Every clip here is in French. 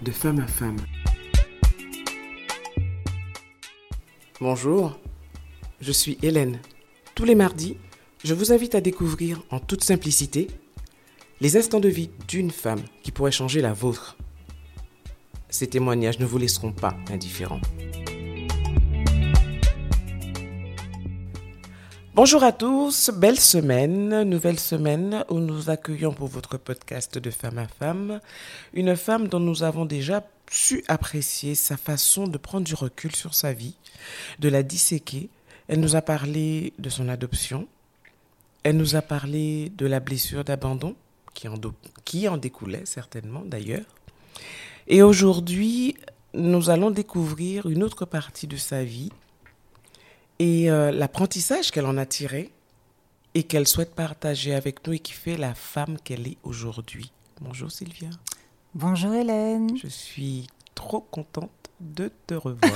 de femme à femme. Bonjour, je suis Hélène. Tous les mardis, je vous invite à découvrir en toute simplicité les instants de vie d'une femme qui pourrait changer la vôtre. Ces témoignages ne vous laisseront pas indifférents. Bonjour à tous, belle semaine, nouvelle semaine où nous accueillons pour votre podcast de femme à femme une femme dont nous avons déjà su apprécier sa façon de prendre du recul sur sa vie, de la disséquer. Elle nous a parlé de son adoption, elle nous a parlé de la blessure d'abandon qui en découlait certainement d'ailleurs. Et aujourd'hui, nous allons découvrir une autre partie de sa vie et l'apprentissage qu'elle en a tiré et qu'elle souhaite partager avec nous et qui fait la femme qu'elle est aujourd'hui. Bonjour Sylvia. Bonjour Hélène. Je suis trop contente de te revoir.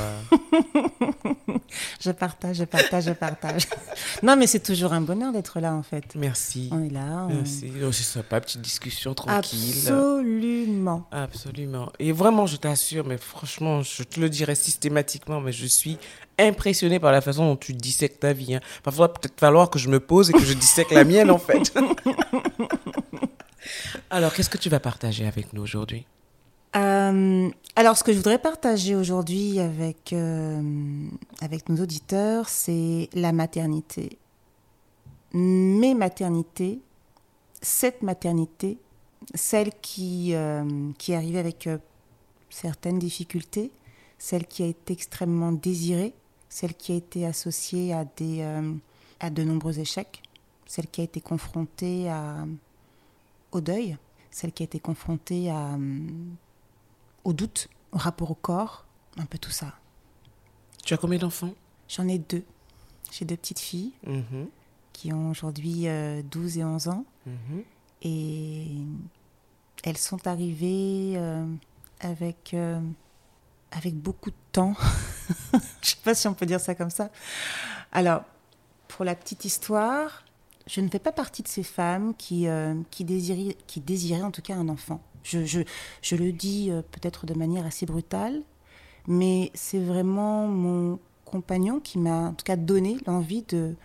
Je partage. Non, mais c'est toujours un bonheur d'être là en fait. Merci. On est là. Merci. Oh, c'est sympa, petite discussion tranquille. Absolument. Et vraiment, je t'assure, mais franchement, je te le dirai systématiquement, mais je suis impressionnée par la façon dont tu dissèques ta vie. Parfois, peut-être falloir que je me pose et que je dissèque la mienne en fait. Alors, qu'est-ce que tu vas partager avec nous aujourd'hui ? Alors, ce que je voudrais partager aujourd'hui avec nos auditeurs, c'est la maternité. Mes maternités, cette maternité, celle qui est arrivée avec certaines difficultés, celle qui a été extrêmement désirée, celle qui a été associée à de nombreux échecs, celle qui a été confrontée au deuil, celle qui a été confrontée au doute, au rapport au corps, un peu tout ça. Tu as combien d'enfants ? J'en ai 2. J'ai 2 petites filles qui ont aujourd'hui 12 et 11 ans. Et elles sont arrivées avec beaucoup de temps. Je ne sais pas si on peut dire ça comme ça. Alors, pour la petite histoire, je ne fais pas partie de ces femmes qui désiraient en tout cas un enfant. Je le dis peut-être de manière assez brutale, mais c'est vraiment mon compagnon qui m'a en tout cas donné l'envie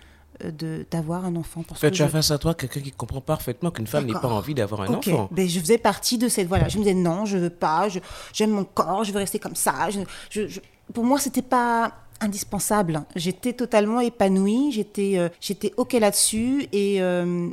d'avoir un enfant. Parce que tu as face à toi quelqu'un qui comprend parfaitement qu'une femme n'ait pas envie d'avoir un enfant. Ben, je faisais partie de cette... Voilà, je me disais non, je veux pas, j'aime mon corps, je veux rester comme ça. Pour moi, c'était pas indispensable. J'étais totalement épanouie, j'étais OK là-dessus et...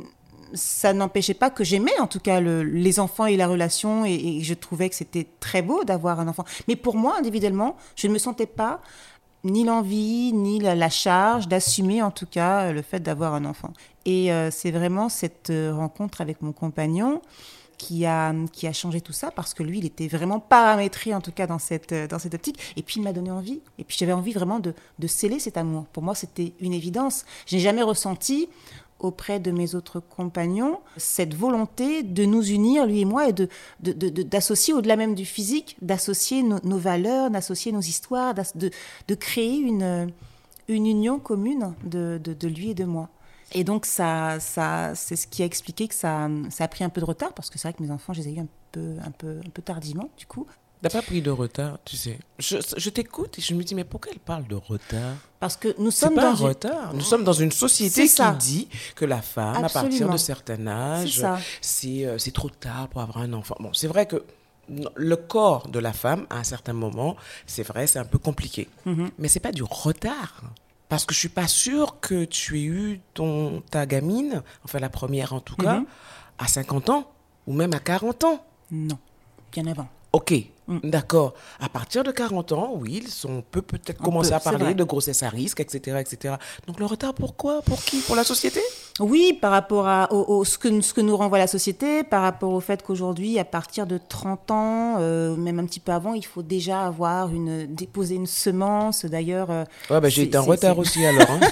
ça n'empêchait pas que j'aimais en tout cas les enfants et la relation et je trouvais que c'était très beau d'avoir un enfant. Mais pour moi, individuellement, je ne me sentais pas ni l'envie, ni la charge d'assumer en tout cas le fait d'avoir un enfant. Et c'est vraiment cette rencontre avec mon compagnon qui a changé tout ça parce que lui, il était vraiment paramétré en tout cas dans cette optique. Et puis, il m'a donné envie. Et puis, j'avais envie vraiment de sceller cet amour. Pour moi, c'était une évidence. Je n'ai jamais ressenti auprès de mes autres compagnons, cette volonté de nous unir, lui et moi, et d'associer au-delà même du physique, d'associer nos valeurs, d'associer nos histoires, de créer une union commune de lui et de moi. Et donc, ça, c'est ce qui a expliqué que ça a pris un peu de retard, parce que c'est vrai que mes enfants, je les ai eus un peu tardivement, du coup. T'as pas pris de retard, tu sais. Je t'écoute et je me dis, mais pourquoi elle parle de retard ? Parce que nous sommes dans un retard. Nous sommes dans une société qui dit que la femme, à partir de certain âge, c'est trop tard pour avoir un enfant. Bon, c'est vrai que le corps de la femme, à un certain moment, c'est vrai, c'est un peu compliqué. Mais c'est pas du retard. Parce que je suis pas sûre que tu aies eu ta gamine, enfin la première en tout cas, à 50 ans ou même à 40 ans. Non, bien avant. Ok, d'accord. À partir de 40 ans, oui, on peut peut-être commencer à parler de grossesse à risque, etc., etc. Donc le retard, pourquoi ? Pour qui ? Pour la société ? Oui, par rapport à ce que nous renvoie la société, par rapport au fait qu'aujourd'hui, à partir de 30 ans, même un petit peu avant, il faut déjà déposer une semence. D'ailleurs... j'ai été en retard aussi alors. Hein.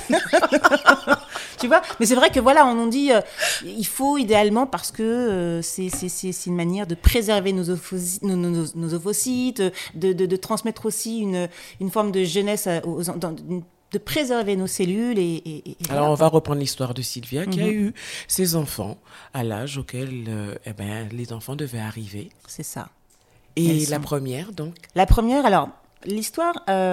Tu vois ? Mais c'est vrai que voilà, on dit il faut idéalement parce que c'est une manière de préserver nos ovocytes, de transmettre aussi une forme de jeunesse de préserver nos cellules. Et alors, voilà. On va reprendre l'histoire de Sylvia qui a eu ses enfants à l'âge auquel les enfants devaient arriver. C'est ça. Et la première, donc? La première, alors, l'histoire,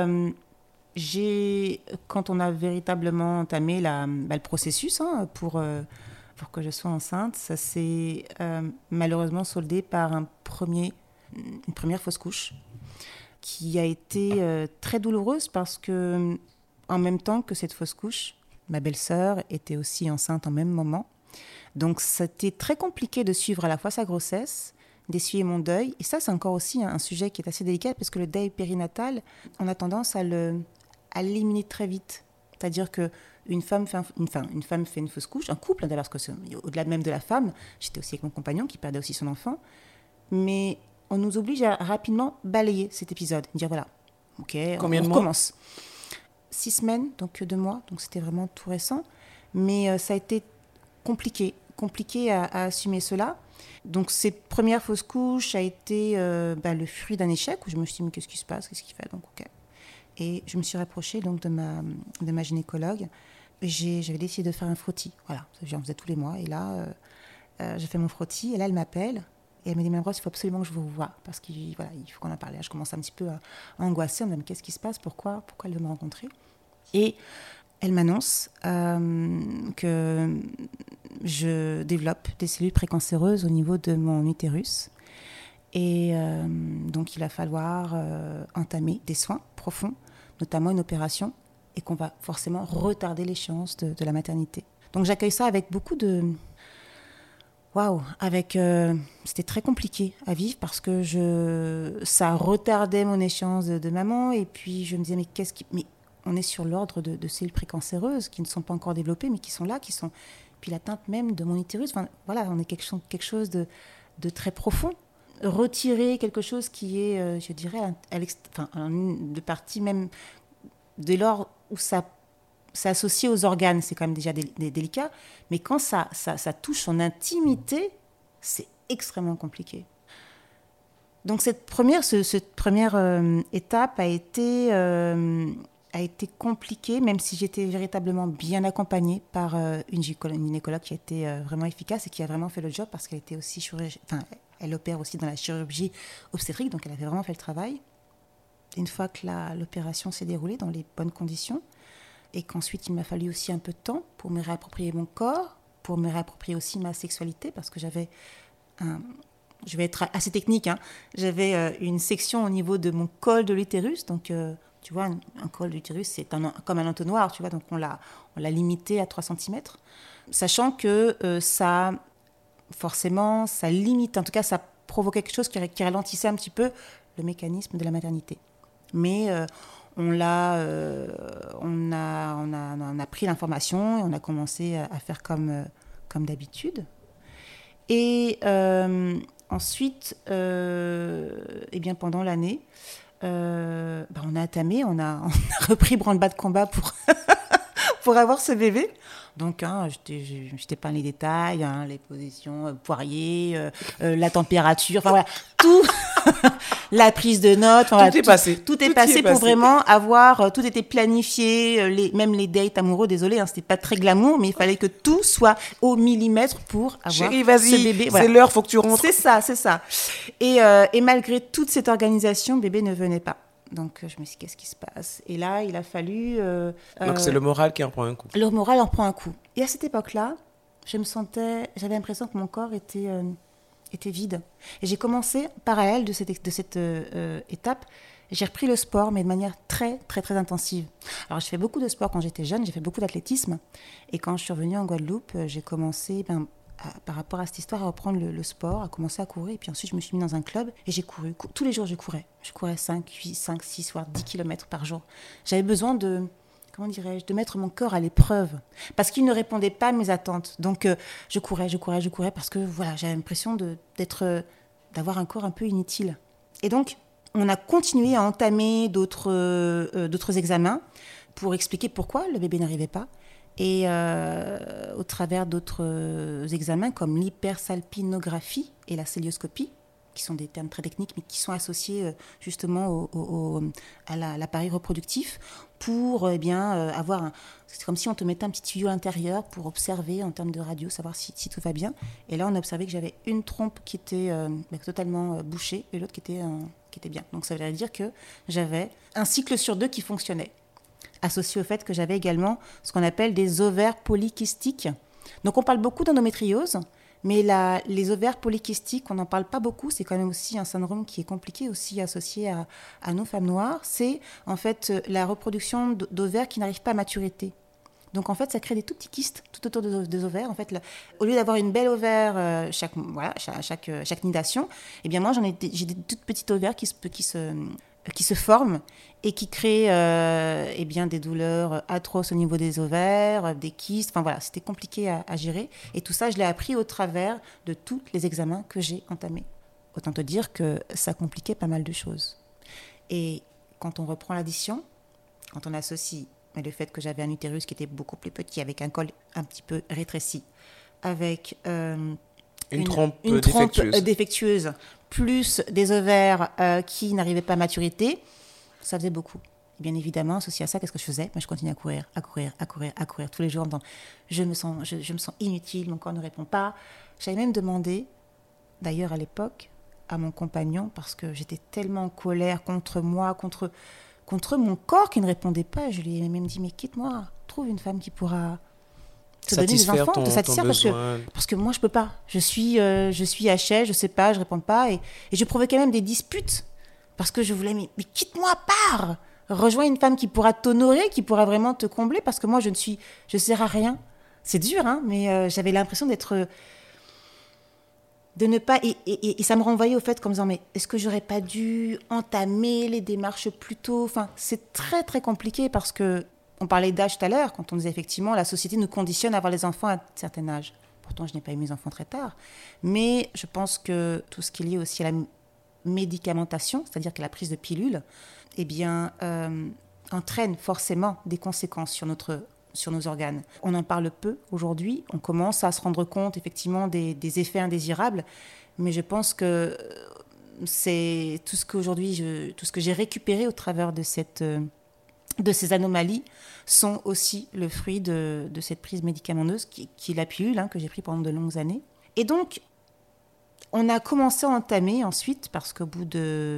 quand on a véritablement entamé le processus pour que je sois enceinte, ça s'est malheureusement soldé par une première fausse couche qui a été très douloureuse parce que, en même temps que cette fausse couche, ma belle-sœur était aussi enceinte en même moment. Donc, c'était très compliqué de suivre à la fois sa grossesse, d'essuyer mon deuil. Et ça, c'est encore aussi un sujet qui est assez délicat parce que le deuil périnatal, on a tendance à l'éliminer très vite. C'est-à-dire qu'une femme fait une fausse couche, un couple, d'ailleurs, parce que au-delà même de la femme, j'étais aussi avec mon compagnon qui perdait aussi son enfant, mais on nous oblige à rapidement balayer cet épisode, dire voilà, ok, Combien on de mois? recommence. 6 semaines, donc 2 mois, donc c'était vraiment tout récent, mais ça a été compliqué à assumer cela. Donc cette première fausse couche a été le fruit d'un échec où je me suis dit mais qu'est-ce qui se passe, qu'est-ce qu'il fait, donc ok. Et je me suis rapprochée donc de ma gynécologue. J'avais décidé de faire un frottis, voilà, j'en faisais tous les mois et là j'ai fait mon frottis et là elle m'appelle et elle me dit Madame Ross, il faut absolument que je vous revoie parce qu'il faut qu'on en parle. Là, je commence un petit peu à angoisser, on me dit qu'est-ce qui se passe, pourquoi elle veut me rencontrer. Et elle m'annonce que je développe des cellules précancéreuses au niveau de mon utérus. Et donc, il va falloir entamer des soins profonds, notamment une opération, et qu'on va forcément retarder l'échéance de la maternité. Donc, j'accueille ça avec beaucoup de... c'était très compliqué à vivre parce que ça retardait mon échéance de maman. Et puis, je me disais, mais on est sur l'ordre de cellules précancéreuses qui ne sont pas encore développées, mais qui sont là, puis l'atteinte même de mon utérus. Enfin, voilà, on est quelque chose de très profond. Retirer quelque chose qui est, je dirais, de partie même dès lors où c'est associé aux organes, c'est quand même déjà délicat. Mais quand ça touche son intimité, c'est extrêmement compliqué. Donc cette première étape a été compliquée, même si j'étais véritablement bien accompagnée par une gynécologue qui a été vraiment efficace et qui a vraiment fait le job parce qu'elle était aussi elle opère aussi dans la chirurgie obstétrique, donc elle avait vraiment fait le travail. Une fois que l'opération s'est déroulée dans les bonnes conditions, et qu'ensuite il m'a fallu aussi un peu de temps pour me réapproprier mon corps, pour me réapproprier aussi ma sexualité, parce que je vais être assez technique, j'avais une section au niveau de mon col de l'utérus, donc tu vois, un col de l'utérus, c'est comme un entonnoir, tu vois, donc on l'a limité à 3 cm, sachant que forcément, ça limite, en tout cas, ça provoquait quelque chose qui ralentissait un petit peu le mécanisme de la maternité. Mais on a pris l'information et on a commencé à faire comme d'habitude. Et ensuite, pendant l'année, on a entamé, on a repris branle-bas de combat pour avoir ce bébé. Donc, je t'ai pas les détails, les positions, poirier, la température, enfin voilà, tout, la prise de notes. Tout est passé. Tout est passé pour vraiment avoir, tout était planifié, même les dates amoureux, désolé, c'était pas très glamour, mais il fallait que tout soit au millimètre pour avoir Chérie, vas-y, ce bébé. C'est l'heure, faut que tu rentres. C'est ça. Et malgré toute cette organisation, bébé ne venait pas. Donc, je me suis dit, qu'est-ce qui se passe ? Et là, il a fallu... Donc, c'est le moral qui en prend un coup. Le moral en prend un coup. Et à cette époque-là, j'avais l'impression que mon corps était vide. Et j'ai commencé, parallèle de cette étape, j'ai repris le sport, mais de manière très, très, très intensive. Alors, j'ai fait beaucoup de sport quand j'étais jeune, j'ai fait beaucoup d'athlétisme. Et quand je suis revenue en Guadeloupe, j'ai commencé... par rapport à cette histoire, à reprendre le sport, à commencer à courir. Et puis ensuite, je me suis mise dans un club et j'ai couru. Tous les jours, je courais. Je courais 5, 6, voire 10 km par jour. J'avais besoin de mettre mon corps à l'épreuve. Parce qu'il ne répondait pas à mes attentes. Donc, je courais parce que voilà, j'avais l'impression d'avoir un corps un peu inutile. Et donc, on a continué à entamer d'autres examens pour expliquer pourquoi le bébé n'arrivait pas. Et au travers d'autres examens comme l'hypersalpinographie et la célioscopie, qui sont des termes très techniques, mais qui sont associés justement à l'appareil reproductif pour avoir c'est comme si on te mettait un petit tuyau à l'intérieur pour observer en termes de radio, savoir si tout va bien. Et là, on a observé que j'avais une trompe qui était totalement bouchée et l'autre qui était bien. Donc ça veut dire que j'avais un cycle sur 2 qui fonctionnait, associé au fait que j'avais également ce qu'on appelle des ovaires polykystiques. Donc on parle beaucoup d'endométriose, mais les ovaires polykystiques, on n'en parle pas beaucoup. C'est quand même aussi un syndrome qui est compliqué, aussi associé à nos femmes noires. C'est en fait la reproduction d'ovaires qui n'arrivent pas à maturité. Donc en fait, ça crée des tout petits kystes tout autour des ovaires. En fait, au lieu d'avoir une belle ovaire chaque nidation, eh bien moi j'ai des toutes petites ovaires qui se forment et qui créent des douleurs atroces au niveau des ovaires, des kystes. Enfin voilà, c'était compliqué à gérer. Et tout ça, je l'ai appris au travers de tous les examens que j'ai entamés. Autant te dire que ça compliquait pas mal de choses. Et quand on reprend l'addition, quand on associe le fait que j'avais un utérus qui était beaucoup plus petit, avec un col un petit peu rétréci, avec une trompe défectueuse, plus des ovaires qui n'arrivaient pas à maturité, ça faisait beaucoup. Et bien évidemment, associé à ça, qu'est-ce que je faisais ? Je continuais à courir tous les jours. Je me sens inutile, mon corps ne répond pas. J'avais même demandé, d'ailleurs à l'époque, à mon compagnon, parce que j'étais tellement en colère contre moi, contre mon corps qui ne répondait pas. Je lui ai même dit, mais quitte-moi, trouve une femme qui pourra te donner des enfants, te satisfaire, parce que moi je peux pas. Je suis hachée, je sais pas, je réponds pas, et je provoquais même des disputes parce que je voulais, mais quitte-moi, pars, rejoins une femme qui pourra t'honorer, qui pourra vraiment te combler, parce que moi je sers à rien. C'est dur, hein, mais j'avais l'impression de ne pas, et ça me renvoyait au fait comme disant, mais est-ce que j'aurais pas dû entamer les démarches plus tôt ? Enfin, c'est très très compliqué parce que on parlait d'âge tout à l'heure, quand on disait effectivement la société nous conditionne à avoir les enfants à un certain âge. Pourtant, je n'ai pas eu mes enfants très tard. Mais je pense que tout ce qui est lié aussi à la médicamentation, c'est-à-dire que la prise de pilules, entraîne forcément des conséquences sur nos organes. On en parle peu aujourd'hui. On commence à se rendre compte effectivement des effets indésirables. Mais je pense que c'est tout ce que j'ai récupéré au travers de ces anomalies sont aussi le fruit de cette prise médicamenteuse qui est la pilule que j'ai pris pendant de longues années. Et donc, on a commencé à entamer ensuite, parce qu'au bout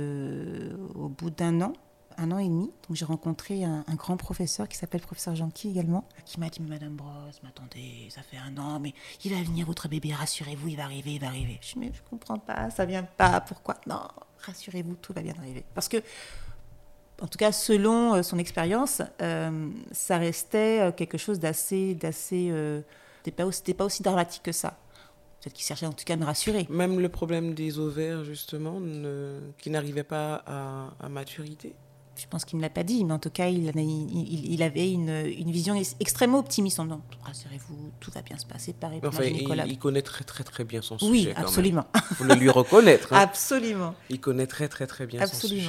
d'un an et demi, donc j'ai rencontré un grand professeur qui s'appelle professeur Janky également, qui m'a dit, mais Madame Brosse, mais attendez, ça fait 1 an, mais il va venir votre bébé, rassurez-vous, il va arriver. Je dis, mais je comprends pas, ça vient pas, pourquoi ? Non, rassurez-vous, tout va bien arriver. Parce que en tout cas, selon son expérience, ça restait quelque chose d'assez c'était pas aussi dramatique que ça. Peut-être qu'il cherchait en tout cas à me rassurer. Même le problème des ovaires, justement, qui n'arrivait pas à maturité. Je pense qu'il ne me l'a pas dit, mais en tout cas, il avait une vision extrêmement optimiste. Non, rassurez-vous, tout va bien se passer. Pareil pour ma gynécologue. Il connaît très, très, très bien son sujet. Oui, absolument. Il faut le lui reconnaître. Hein. Absolument. Il connaît très, très, très bien son sujet.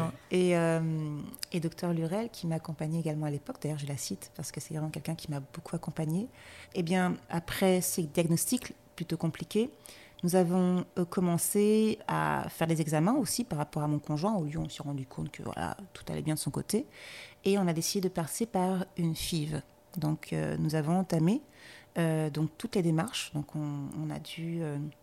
Et docteur Lurel, qui m'a accompagnée également à l'époque, d'ailleurs, je la cite, parce que c'est vraiment quelqu'un qui m'a beaucoup accompagnée. Eh bien, après ces diagnostics plutôt compliqués, nous avons commencé à faire des examens aussi par rapport à mon conjoint, où lui, on s'est rendu compte que voilà, tout allait bien de son côté. Et on a décidé de passer par une FIV. Donc, nous avons entamé donc, toutes les démarches. Donc, on a dû,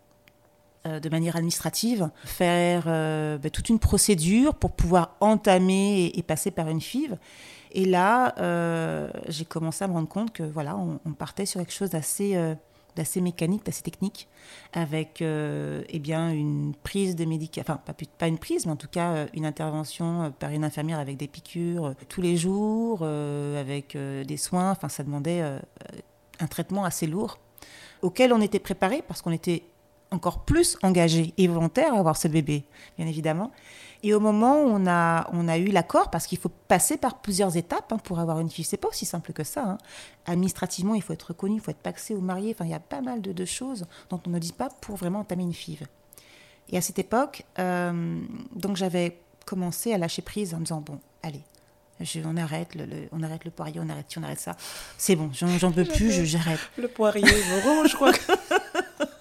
de manière administrative, faire toute une procédure pour pouvoir entamer et passer par une FIV. Et là, j'ai commencé à me rendre compte que voilà, on partait sur quelque chose d'assez mécanique, d'assez technique, avec une prise de médicaments, enfin pas une prise, mais en tout cas une intervention par une infirmière avec des piqûres tous les jours, avec des soins. Enfin, ça demandait un traitement assez lourd, auquel on était préparé parce qu'on était encore plus engagés et volontaires à avoir ce bébé, bien évidemment. Et au moment où on a eu l'accord, parce qu'il faut passer par plusieurs étapes pour avoir une FIV, c'est pas aussi simple que ça. Administrativement, il faut être reconnu, il faut être pacsé ou marié. Enfin, il y a pas mal de choses dont on ne dit pas pour vraiment entamer une FIV. Et à cette époque, donc j'avais commencé à lâcher prise en me disant bon, allez, on arrête le poirier, on arrête ci, on arrête ça. C'est bon, j'en peux plus, j'arrête. Le poirier rouge, je crois.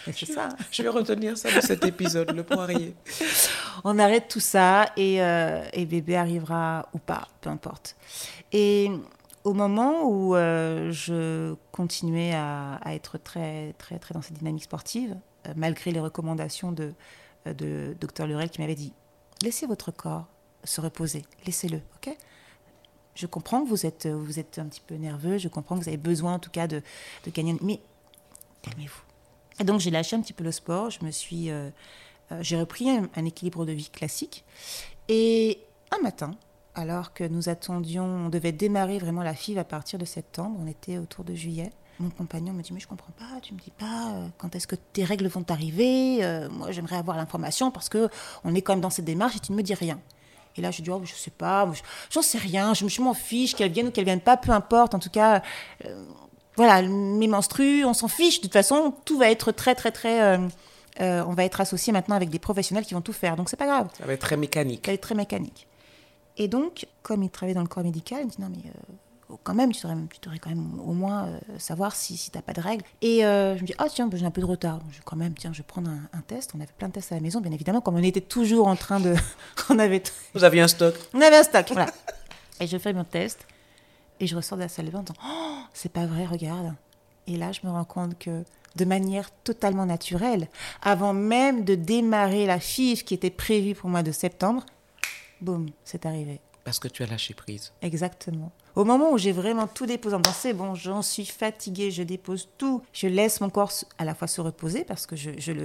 C'est ça. Je vais retenir ça de cet épisode, le poirier. On arrête tout ça et bébé arrivera ou pas, peu importe. Et au moment où je continuais à être très, très, très dans cette dynamique sportive, malgré les recommandations de Dr Lurel qui m'avait dit « Laissez votre corps se reposer, laissez-le, ok ?» Je comprends que vous êtes un petit peu nerveux, je comprends que vous avez besoin en tout cas de gagner, mais calmez-vous. Et donc j'ai lâché un petit peu le sport, j'ai repris un équilibre de vie classique. Et un matin, alors que nous attendions, on devait démarrer vraiment la FIV à partir de septembre, on était autour de juillet, mon compagnon me dit « Mais je ne comprends pas, tu ne me dis pas quand est-ce que tes règles vont arriver, moi j'aimerais avoir l'information parce qu'on est quand même dans cette démarche et tu ne me dis rien. » Et là, je dis, oh, je ne sais pas, j'en sais rien, je m'en fiche, qu'elles viennent ou qu'elles ne viennent pas, peu importe. En tout cas, voilà, mes menstrues, on s'en fiche. De toute façon, tout va être très, très, très... on va être associé maintenant avec des professionnels qui vont tout faire. Donc, ce n'est pas grave. Ça va être très mécanique. Ça va être très mécanique. Et donc, comme il travaillait dans le corps médical, il me dit, non, mais quand même, tu devrais quand même au moins savoir si tu n'as pas de règles. Et je me dis, ah tiens, j'ai un peu de retard. Je quand même, tiens, je vais prendre un test. On avait plein de tests à la maison, bien évidemment, comme on était toujours en train de... Vous aviez un stock. On avait un stock, voilà. Et je fais mon test et je ressors de la salle de bain en disant, oh, c'est pas vrai, regarde. Et là, je me rends compte que de manière totalement naturelle, avant même de démarrer la FIV qui était prévue pour le mois de septembre, boum, c'est arrivé. Parce que tu as lâché prise. Exactement. Au moment où j'ai vraiment tout déposé en disant, c'est bon, j'en suis fatiguée, je dépose tout, je laisse mon corps à la fois se reposer parce que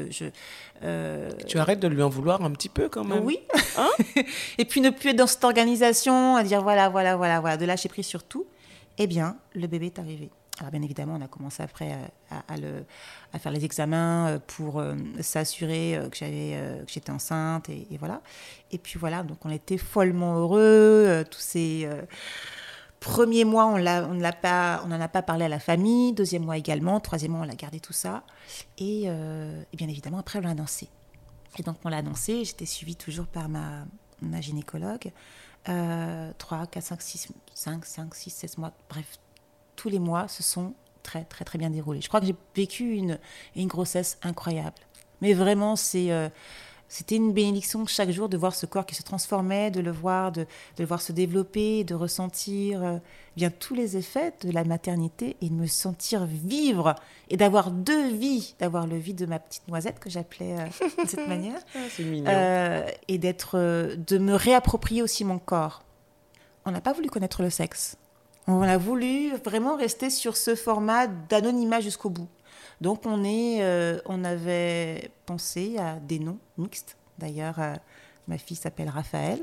Tu arrêtes de lui en vouloir un petit peu quand même. Oui. Hein. Et puis ne plus être dans cette organisation, à dire voilà, de lâcher prise sur tout. Eh bien, le bébé est arrivé. Alors bien évidemment, on a commencé après à faire les examens pour s'assurer que j'étais enceinte et voilà. Et puis voilà, donc on était follement heureux. Tous ces premiers mois, on n'en a pas parlé à la famille. Deuxième mois également. Troisième mois, on a gardé tout ça. Et bien évidemment, après, on l'a annoncé. Et donc on l'a annoncé. J'étais suivie toujours par ma gynécologue. 3, 4, 5, 6, 7 mois, bref. Tous les mois se sont très, très, très bien déroulés. Je crois que j'ai vécu une grossesse incroyable. Mais vraiment, c'était une bénédiction chaque jour de voir ce corps qui se transformait, de le voir se développer, de ressentir bien tous les effets de la maternité et de me sentir vivre et d'avoir deux vies, d'avoir le vie de ma petite noisette que j'appelais de cette manière. C'est mignon. Et de me réapproprier aussi mon corps. On n'a pas voulu connaître le sexe. On a voulu vraiment rester sur ce format d'anonymat jusqu'au bout. Donc, on avait pensé à des noms mixtes. D'ailleurs, ma fille s'appelle Raphaël,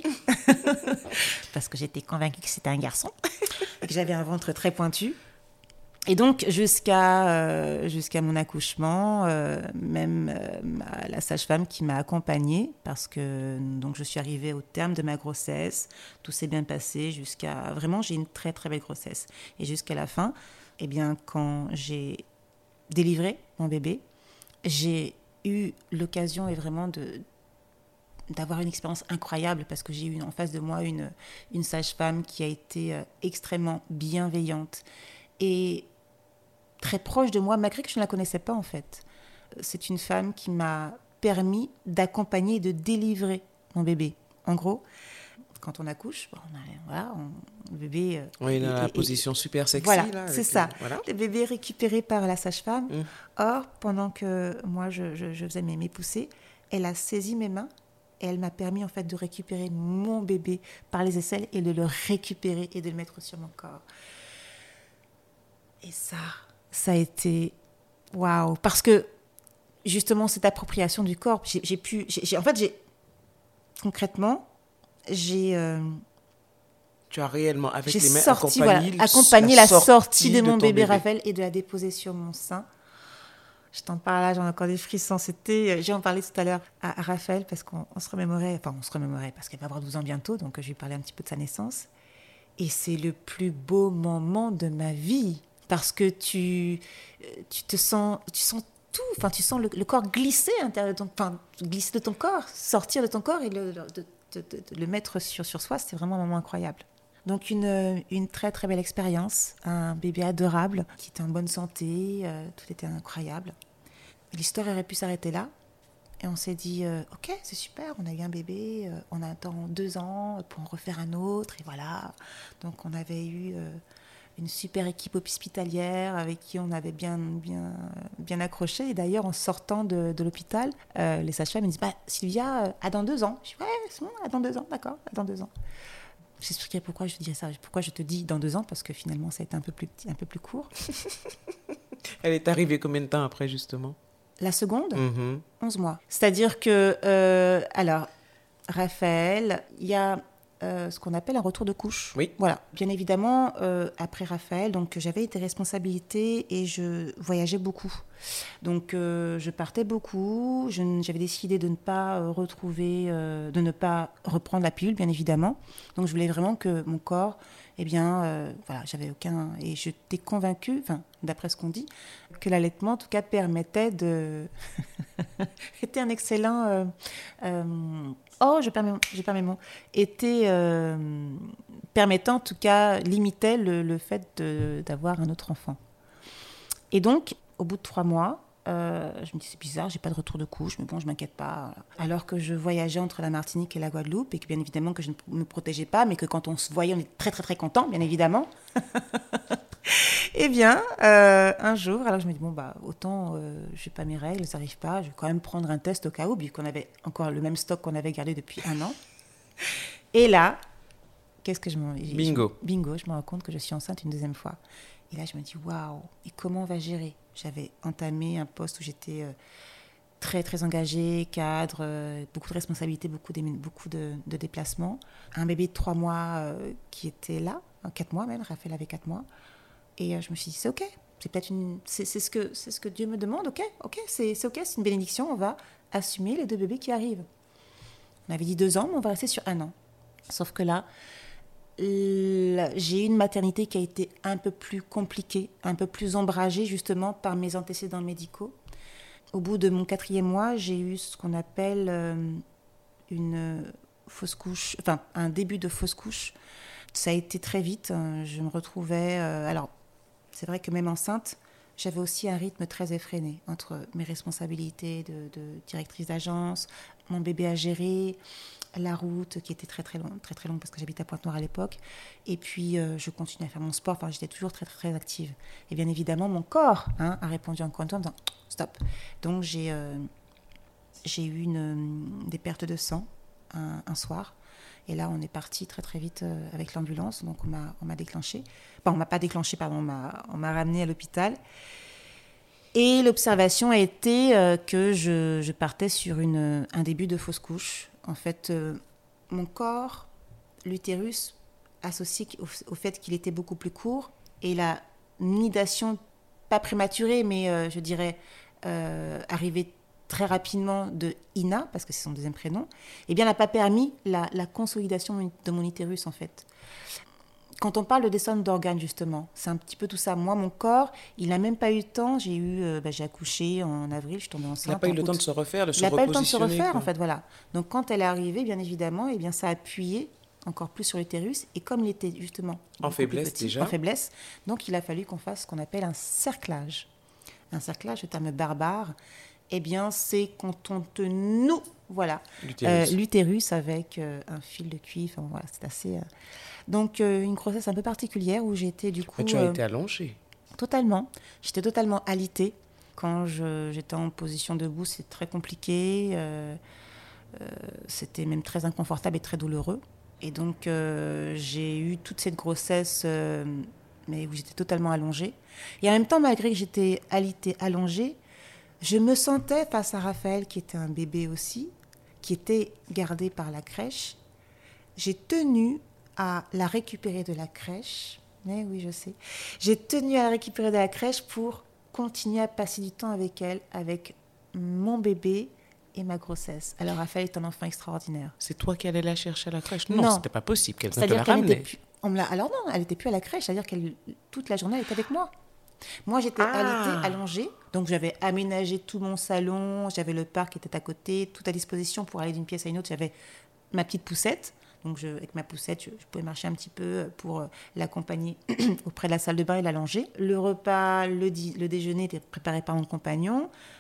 parce que j'étais convaincue que c'était un garçon, et que j'avais un ventre très pointu. Et donc, jusqu'à mon accouchement, même la sage-femme qui m'a accompagnée, parce que donc, je suis arrivée au terme de ma grossesse, tout s'est bien passé jusqu'à... Vraiment, j'ai une très, très belle grossesse. Et jusqu'à la fin, eh bien, quand j'ai délivré mon bébé, j'ai eu l'occasion et vraiment d'avoir une expérience incroyable parce que j'ai eu en face de moi une sage-femme qui a été extrêmement bienveillante et très proche de moi, malgré que je ne la connaissais pas en fait. C'est une femme qui m'a permis d'accompagner et de délivrer mon bébé. En gros, quand on accouche, le bébé... Oui, il a la position super sexy. Voilà, là, c'est ça. Voilà. Le bébé est récupéré par la sage-femme. Or, pendant que moi, je faisais mes poussées, elle a saisi mes mains et elle m'a permis en fait de récupérer mon bébé par les aisselles et de le récupérer et de le mettre sur mon corps. Et ça a été waouh, parce que justement cette appropriation du corps, concrètement, tu as réellement avec les mains accompagné la sortie de mon bébé Raphaël et de la déposer sur mon sein. Je t'en parle là, j'en ai encore des frissons. J'en parlais tout à l'heure à Raphaël parce qu'on se remémorait parce qu'elle va avoir 12 ans bientôt, donc je lui parlais un petit peu de sa naissance. Et c'est le plus beau moment de ma vie parce que tu sens tout, enfin tu sens le corps glisser glisser de ton corps, sortir de ton corps et de le mettre sur soi, c'était vraiment un moment incroyable. Donc une très très belle expérience, un bébé adorable qui était en bonne santé, tout était incroyable. L'histoire aurait pu s'arrêter là. Et on s'est dit, ok, c'est super, on a eu un bébé, on attend 2 ans pour en refaire un autre, et voilà. Donc on avait eu une super équipe hospitalière avec qui on avait bien accroché. Et d'ailleurs, en sortant de l'hôpital, les sages-femmes me disent, Sylvia, à dans 2 ans. Je dis, ouais, c'est bon, à dans 2 ans, d'accord, à dans 2 ans. J'expliquerai pourquoi je dirais ça, pourquoi je te dis dans 2 ans, parce que finalement, ça a été un peu plus petit, un peu plus court. Elle est arrivée combien de temps après, justement? La seconde, 11 mois. C'est-à-dire que, alors, Raphaël, il y a ce qu'on appelle un retour de couche. Oui. Voilà. Bien évidemment, après Raphaël, donc j'avais des responsabilités et je voyageais beaucoup. Donc, je partais beaucoup. J'avais décidé de ne pas de ne pas reprendre la pilule, bien évidemment. Donc, je voulais vraiment que mon corps, voilà, j'avais aucun... Et j'étais convaincue, d'après ce qu'on dit, que l'allaitement, en tout cas, permettait de... était un excellent... je perds mes mots. Permettant, en tout cas, limitait le fait d'avoir un autre enfant. Et donc, au bout de 3 mois, je me dis, c'est bizarre, j'ai pas de retour de couche, mais bon, je m'inquiète pas. Alors que je voyageais entre la Martinique et la Guadeloupe, et que bien évidemment que je ne me protégeais pas, mais que quand on se voyait, on était très très très contents, bien évidemment. Eh bien, un jour, alors je me dis, autant, je n'ai pas mes règles, ça n'arrive pas, je vais quand même prendre un test au cas où, vu qu'on avait encore le même stock qu'on avait gardé depuis 1 an. Et là, Bingo. Bingo, je me rends compte que je suis enceinte une 2e fois. Et là, je me dis, waouh, et comment on va gérer? J'avais entamé un poste où j'étais très, très engagée, cadre, beaucoup de responsabilités, beaucoup de déplacements. Un bébé de 3 mois qui était là, 4 mois même, Raphaël avait 4 mois. Et je me suis dit, c'est OK, c'est ce que Dieu me demande, OK, c'est OK, c'est une bénédiction, on va assumer les 2 bébés qui arrivent. On avait dit 2 ans, mais on va rester sur 1 an. Sauf que là, j'ai eu une maternité qui a été un peu plus compliquée, un peu plus ombragée justement par mes antécédents médicaux. Au bout de mon 4e mois, j'ai eu ce qu'on appelle une fausse couche, un début de fausse couche. Ça a été très vite, je me retrouvais... alors, c'est vrai que même enceinte, j'avais aussi un rythme très effréné entre mes responsabilités de directrice d'agence, mon bébé à gérer, la route qui était très très longue parce que j'habitais à Pointe-Noire à l'époque, et puis je continuais à faire mon sport, j'étais toujours très très active. Et bien évidemment, mon corps a répondu encore une fois en disant stop. Donc j'ai eu des pertes de sang un soir. Et là, on est parti très très vite avec l'ambulance. Donc on m'a déclenché. On m'a pas déclenché, pardon. On m'a ramené à l'hôpital. Et l'observation a été que je partais sur un début de fausse couche. En fait, mon corps, l'utérus, associé au fait qu'il était beaucoup plus court, et la nidation, pas prématurée, mais je dirais arrivée très rapidement de Ina, parce que c'est son 2e prénom, n'a pas permis la consolidation de mon utérus, en fait. Quand on parle de descente d'organes, justement, c'est un petit peu tout ça. Moi, mon corps, il n'a même pas eu le temps. J'ai accouché en avril, je suis tombée enceinte. Il n'a pas eu le temps de se refaire, de se repositionner. Il n'a pas eu le temps de se refaire, en fait, voilà. Donc, quand elle est arrivée, bien évidemment, ça a appuyé encore plus sur l'utérus. Et comme il était, justement... En faiblesse, déjà. En faiblesse. Donc, il a fallu qu'on fasse ce qu'on appelle un cerclage. Un cerclage, le terme barbare, c'est quand on te noue, voilà, l'utérus avec un fil de cuivre. Voilà, c'est assez... Donc, une grossesse un peu particulière où j'étais du coup... Mais tu as été allongée. Totalement. J'étais totalement alitée. Quand j'étais en position debout, c'est très compliqué. C'était même très inconfortable et très douloureux. Et donc, j'ai eu toute cette grossesse, mais où j'étais totalement allongée. Et en même temps, malgré que j'étais alitée, allongée, je me sentais face à Raphaël, qui était un bébé aussi, qui était gardé par la crèche. J'ai tenu à la récupérer de la crèche. Mais oui, je sais. J'ai tenu à la récupérer de la crèche pour continuer à passer du temps avec elle, avec mon bébé et ma grossesse. Alors, Raphaël est un enfant extraordinaire. C'est toi qui allais la chercher à la crèche? Non, c'était pas possible qu'elle ne te la ramène. Alors non, elle n'était plus à la crèche. C'est-à-dire qu'elle, toute la journée, elle était avec moi. Moi, j'étais alitée, allongée. Donc, j'avais aménagé tout mon salon. J'avais le parc qui était à côté, tout à disposition pour aller d'une pièce à une autre. J'avais ma petite poussette. Donc, avec ma poussette, je pouvais marcher un petit peu pour l'accompagner auprès de la salle de bain et l'allonger. Le repas, le déjeuner était préparé par mon compagnon.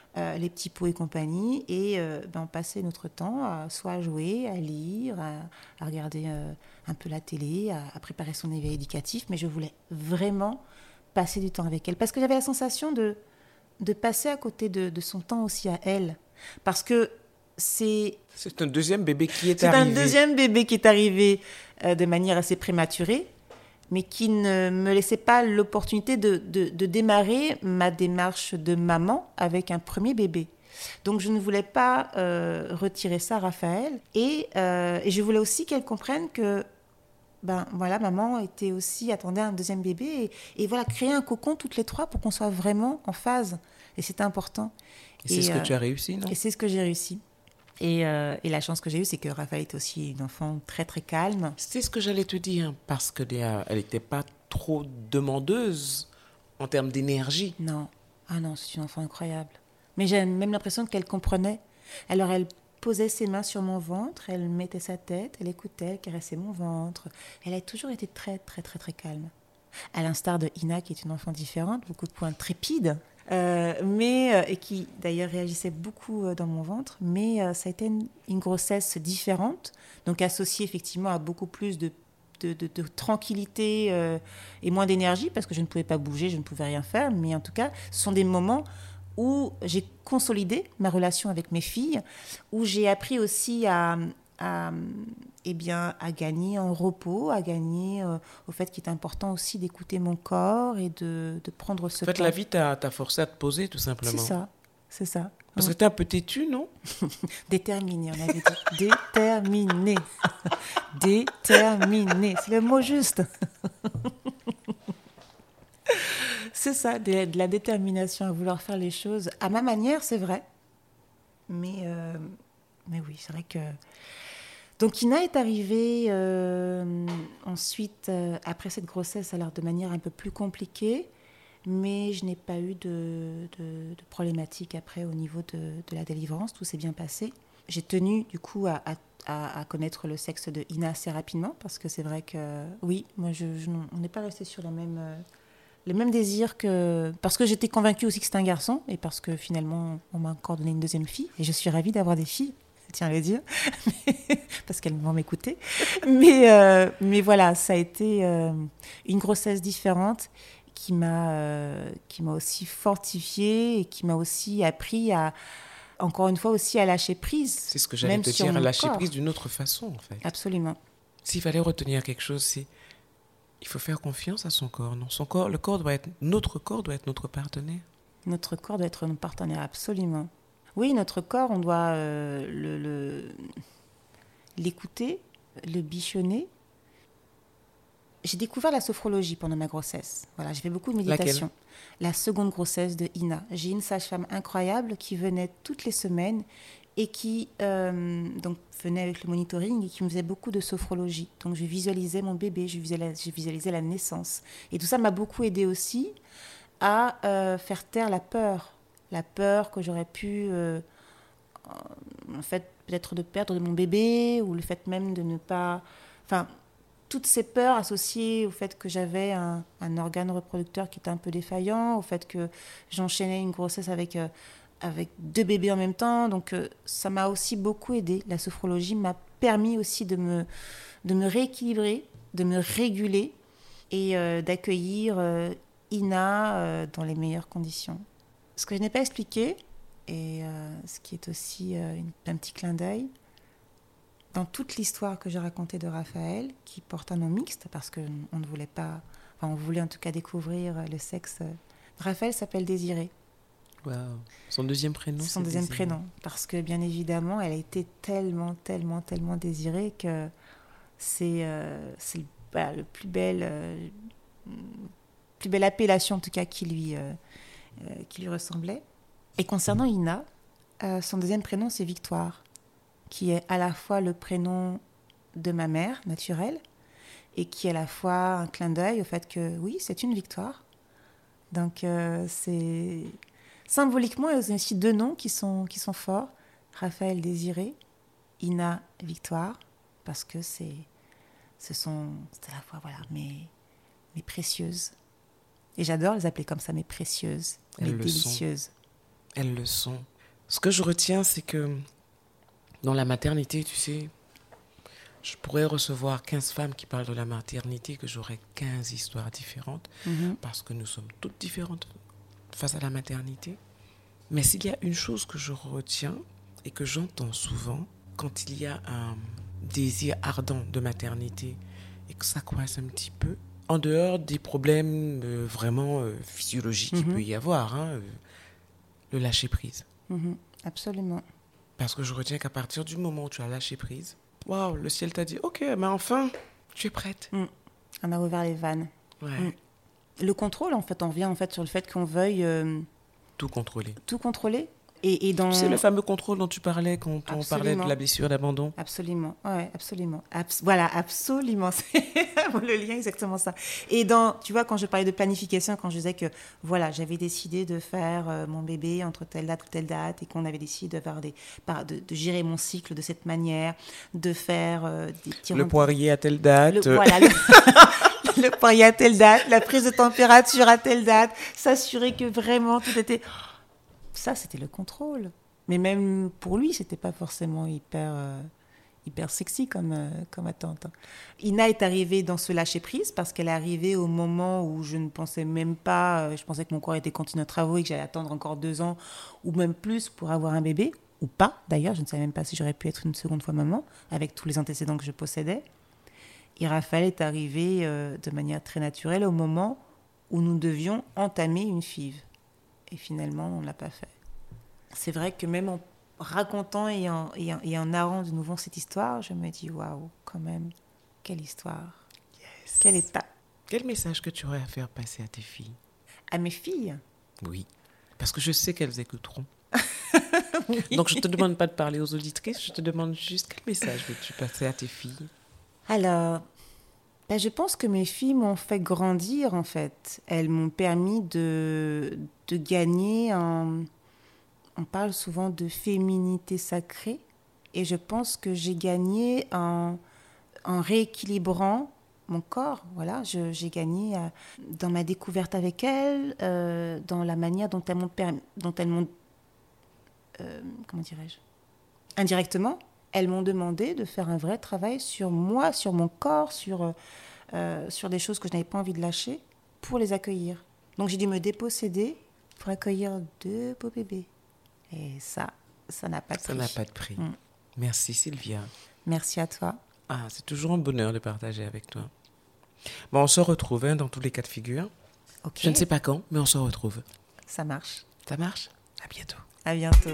les petits pots et compagnie. Et on passait notre temps soit à jouer, à lire, à regarder un peu la télé, à préparer son éveil éducatif. Mais je voulais vraiment passer du temps avec elle. Parce que j'avais la sensation de passer à côté de son temps aussi à elle. Parce que c'est un deuxième bébé qui est arrivé. C'est un deuxième bébé qui est arrivé de manière assez prématurée, mais qui ne me laissait pas l'opportunité de démarrer ma démarche de maman avec un premier bébé. Donc je ne voulais pas retirer ça à Raphaël. Et je voulais aussi qu'elle comprenne que maman attendait un deuxième bébé et voilà, créer un cocon toutes les trois pour qu'on soit vraiment en phase. Et c'était important. Et c'est ce que tu as réussi, non ? Et c'est ce que j'ai réussi. Et la chance que j'ai eue, c'est que Raphaël est aussi une enfant très très calme. C'est ce que j'allais te dire, parce qu'elle n'était pas trop demandeuse en termes d'énergie. Non, c'est une enfant incroyable. Mais j'ai même l'impression qu'elle comprenait. Alors elle posait ses mains sur mon ventre, elle mettait sa tête, elle écoutait, elle caressait mon ventre. Elle a toujours été très, très, très, très calme. À l'instar de Ina, qui est une enfant différente, beaucoup de points trépides, et qui d'ailleurs réagissait beaucoup dans mon ventre. Mais ça a été une grossesse différente, donc associée effectivement à beaucoup plus de tranquillité et moins d'énergie, parce que je ne pouvais pas bouger, je ne pouvais rien faire. Mais en tout cas, ce sont des moments où j'ai consolidé ma relation avec mes filles, où j'ai appris aussi à gagner en repos, à gagner au fait qu'il est important aussi d'écouter mon corps et de prendre ce temps. En fait, la vie t'a forcé à te poser, tout simplement. C'est ça. Parce que t'es un peu têtu, non ? Déterminée, on avait dit. Déterminée. Déterminée. C'est le mot juste. C'est ça, de la détermination à vouloir faire les choses à ma manière, c'est vrai. Mais oui, c'est vrai que... Donc Ina est arrivée ensuite, après cette grossesse, alors de manière un peu plus compliquée, mais je n'ai pas eu de problématique après au niveau de la délivrance, tout s'est bien passé. J'ai tenu du coup à connaître le sexe de Ina assez rapidement, parce que c'est vrai que oui, moi on n'est pas resté sur le même désir parce que j'étais convaincue aussi que c'était un garçon, et parce que finalement on m'a encore donné une deuxième fille, et je suis ravie d'avoir des filles, je tiens à le dire, parce qu'elles vont m'écouter. Mais voilà, ça a été une grossesse différente qui m'a aussi fortifiée et qui m'a aussi appris encore une fois aussi à lâcher prise. C'est ce que j'allais te dire, à lâcher prise d'une autre façon, en fait. Absolument. S'il fallait retenir quelque chose, c'est il faut faire confiance à son corps. Non, son corps, notre corps doit être notre partenaire. Notre corps doit être notre partenaire, absolument. Oui, notre corps, on doit l'écouter, le bichonner. J'ai découvert la sophrologie pendant ma grossesse. Voilà, j'ai fait beaucoup de méditation. Laquelle ? La seconde grossesse de Ina. J'ai une sage-femme incroyable qui venait toutes les semaines et qui donc venait avec le monitoring et qui me faisait beaucoup de sophrologie. Donc je visualisais mon bébé, je visualisais la naissance. Et tout ça m'a beaucoup aidée aussi à faire taire la peur que j'aurais pu en fait peut-être de perdre mon bébé, ou le fait même de ne pas... Enfin, toutes ces peurs associées au fait que j'avais un organe reproducteur qui était un peu défaillant, au fait que j'enchaînais une grossesse avec 2 bébés en même temps. Donc ça m'a aussi beaucoup aidée. La sophrologie m'a permis aussi de me rééquilibrer, de me réguler et d'accueillir Ina dans les meilleures conditions. Ce que je n'ai pas expliqué, et ce qui est aussi un petit clin d'œil, dans toute l'histoire que j'ai racontée de Raphaël, qui porte un nom mixte, parce qu'on ne voulait pas... Enfin, on voulait en tout cas découvrir le sexe. Raphaël s'appelle Désiré. Wow. Son deuxième prénom, c'est son deuxième Désiré. prénom. Parce que, bien évidemment, elle a été tellement, tellement, tellement désirée que c'est le plus belle appellation, en tout cas, qui lui ressemblait. Et concernant Ina, son deuxième prénom, c'est Victoire, qui est à la fois le prénom de ma mère naturelle et qui est à la fois un clin d'œil au fait que, oui, c'est une victoire. Donc, c'est... Symboliquement, il y a aussi 2 noms qui sont forts. Raphaël Désiré, Ina Victoire, parce que c'est à la fois voilà, mes précieuses. Et j'adore les appeler comme ça, mes précieuses, mes délicieuses. Elles le sont. Ce que je retiens, c'est que dans la maternité, tu sais, je pourrais recevoir 15 femmes qui parlent de la maternité, que j'aurais 15 histoires différentes, parce que nous sommes toutes différentes face à la maternité. Mais s'il y a une chose que je retiens et que j'entends souvent, quand il y a un désir ardent de maternité et que ça coince un petit peu, en dehors des problèmes vraiment physiologiques qu'il peut y avoir, le lâcher prise. Absolument. Parce que je retiens qu'à partir du moment où tu as lâché prise, waouh, le ciel t'a dit, ok, mais enfin, tu es prête. On a ouvert les vannes. Ouais. Le contrôle, en fait, on revient en fait sur le fait qu'on veuille Tout contrôler. tout contrôler. Et dans... Tu sais, le fameux contrôle dont tu parlais quand on parlait de la blessure d'abandon. Absolument, ouais, absolument. Voilà, absolument. C'est le lien, exactement ça. Et tu vois, quand je parlais de planification, quand je disais que, voilà, j'avais décidé de faire mon bébé entre telle date ou telle date et qu'on avait décidé de gérer mon cycle de cette manière, de faire des petits... Le poirier à telle date. Le poirier à telle date, la prise de température à telle date, s'assurer que vraiment tout était... Ça, c'était le contrôle. Mais même pour lui, c'était pas forcément hyper sexy comme attente. Ina est arrivée dans ce lâcher-prise parce qu'elle est arrivée au moment où je ne pensais même pas... je pensais que mon corps était continu de travaux et que j'allais attendre encore 2 ans ou même plus pour avoir un bébé. Ou pas, d'ailleurs. Je ne savais même pas si j'aurais pu être une seconde fois maman avec tous les antécédents que je possédais. Et Raphaël est arrivé de manière très naturelle au moment où nous devions entamer une FIV. Et finalement, on ne l'a pas fait. C'est vrai que même en racontant et en narrant de nouveau cette histoire, je me dis, waouh, quand même, quelle histoire. Yes. Quelle étape. Quel message que tu aurais à faire passer à tes filles? À mes filles? Oui, parce que je sais qu'elles écouteront. Oui. Donc, je ne te demande pas de parler aux auditrices, je te demande juste quel message veux-tu passer à tes filles? Alors, je pense que mes filles m'ont fait grandir, en fait. Elles m'ont permis de gagner On parle souvent de féminité sacrée. Et je pense que j'ai gagné en rééquilibrant mon corps. Voilà, j'ai gagné dans ma découverte avec elles, dans la manière dont elles m'ont comment dirais-je, indirectement, elles m'ont demandé de faire un vrai travail sur moi, sur mon corps, sur des choses que je n'avais pas envie de lâcher pour les accueillir. Donc j'ai dû me déposséder pour accueillir 2 beaux bébés. Et ça n'a pas de prix. Ça n'a pas de prix. Merci Sylvia. Merci à toi. Ah, c'est toujours un bonheur de partager avec toi. Bon, on se retrouve dans tous les cas de figure. Okay. Je ne sais pas quand, mais on se retrouve. Ça marche. Ça marche? À bientôt. À bientôt.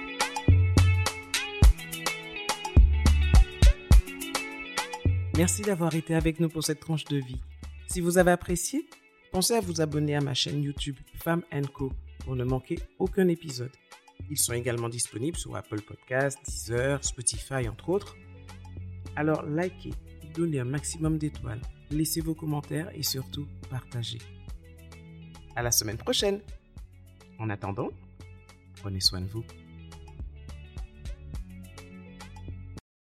Merci d'avoir été avec nous pour cette tranche de vie. Si vous avez apprécié, pensez à vous abonner à ma chaîne YouTube Femme & Co pour ne manquer aucun épisode. Ils sont également disponibles sur Apple Podcasts, Deezer, Spotify, entre autres. Alors likez, donnez un maximum d'étoiles, laissez vos commentaires et surtout partagez. À la semaine prochaine. En attendant, prenez soin de vous.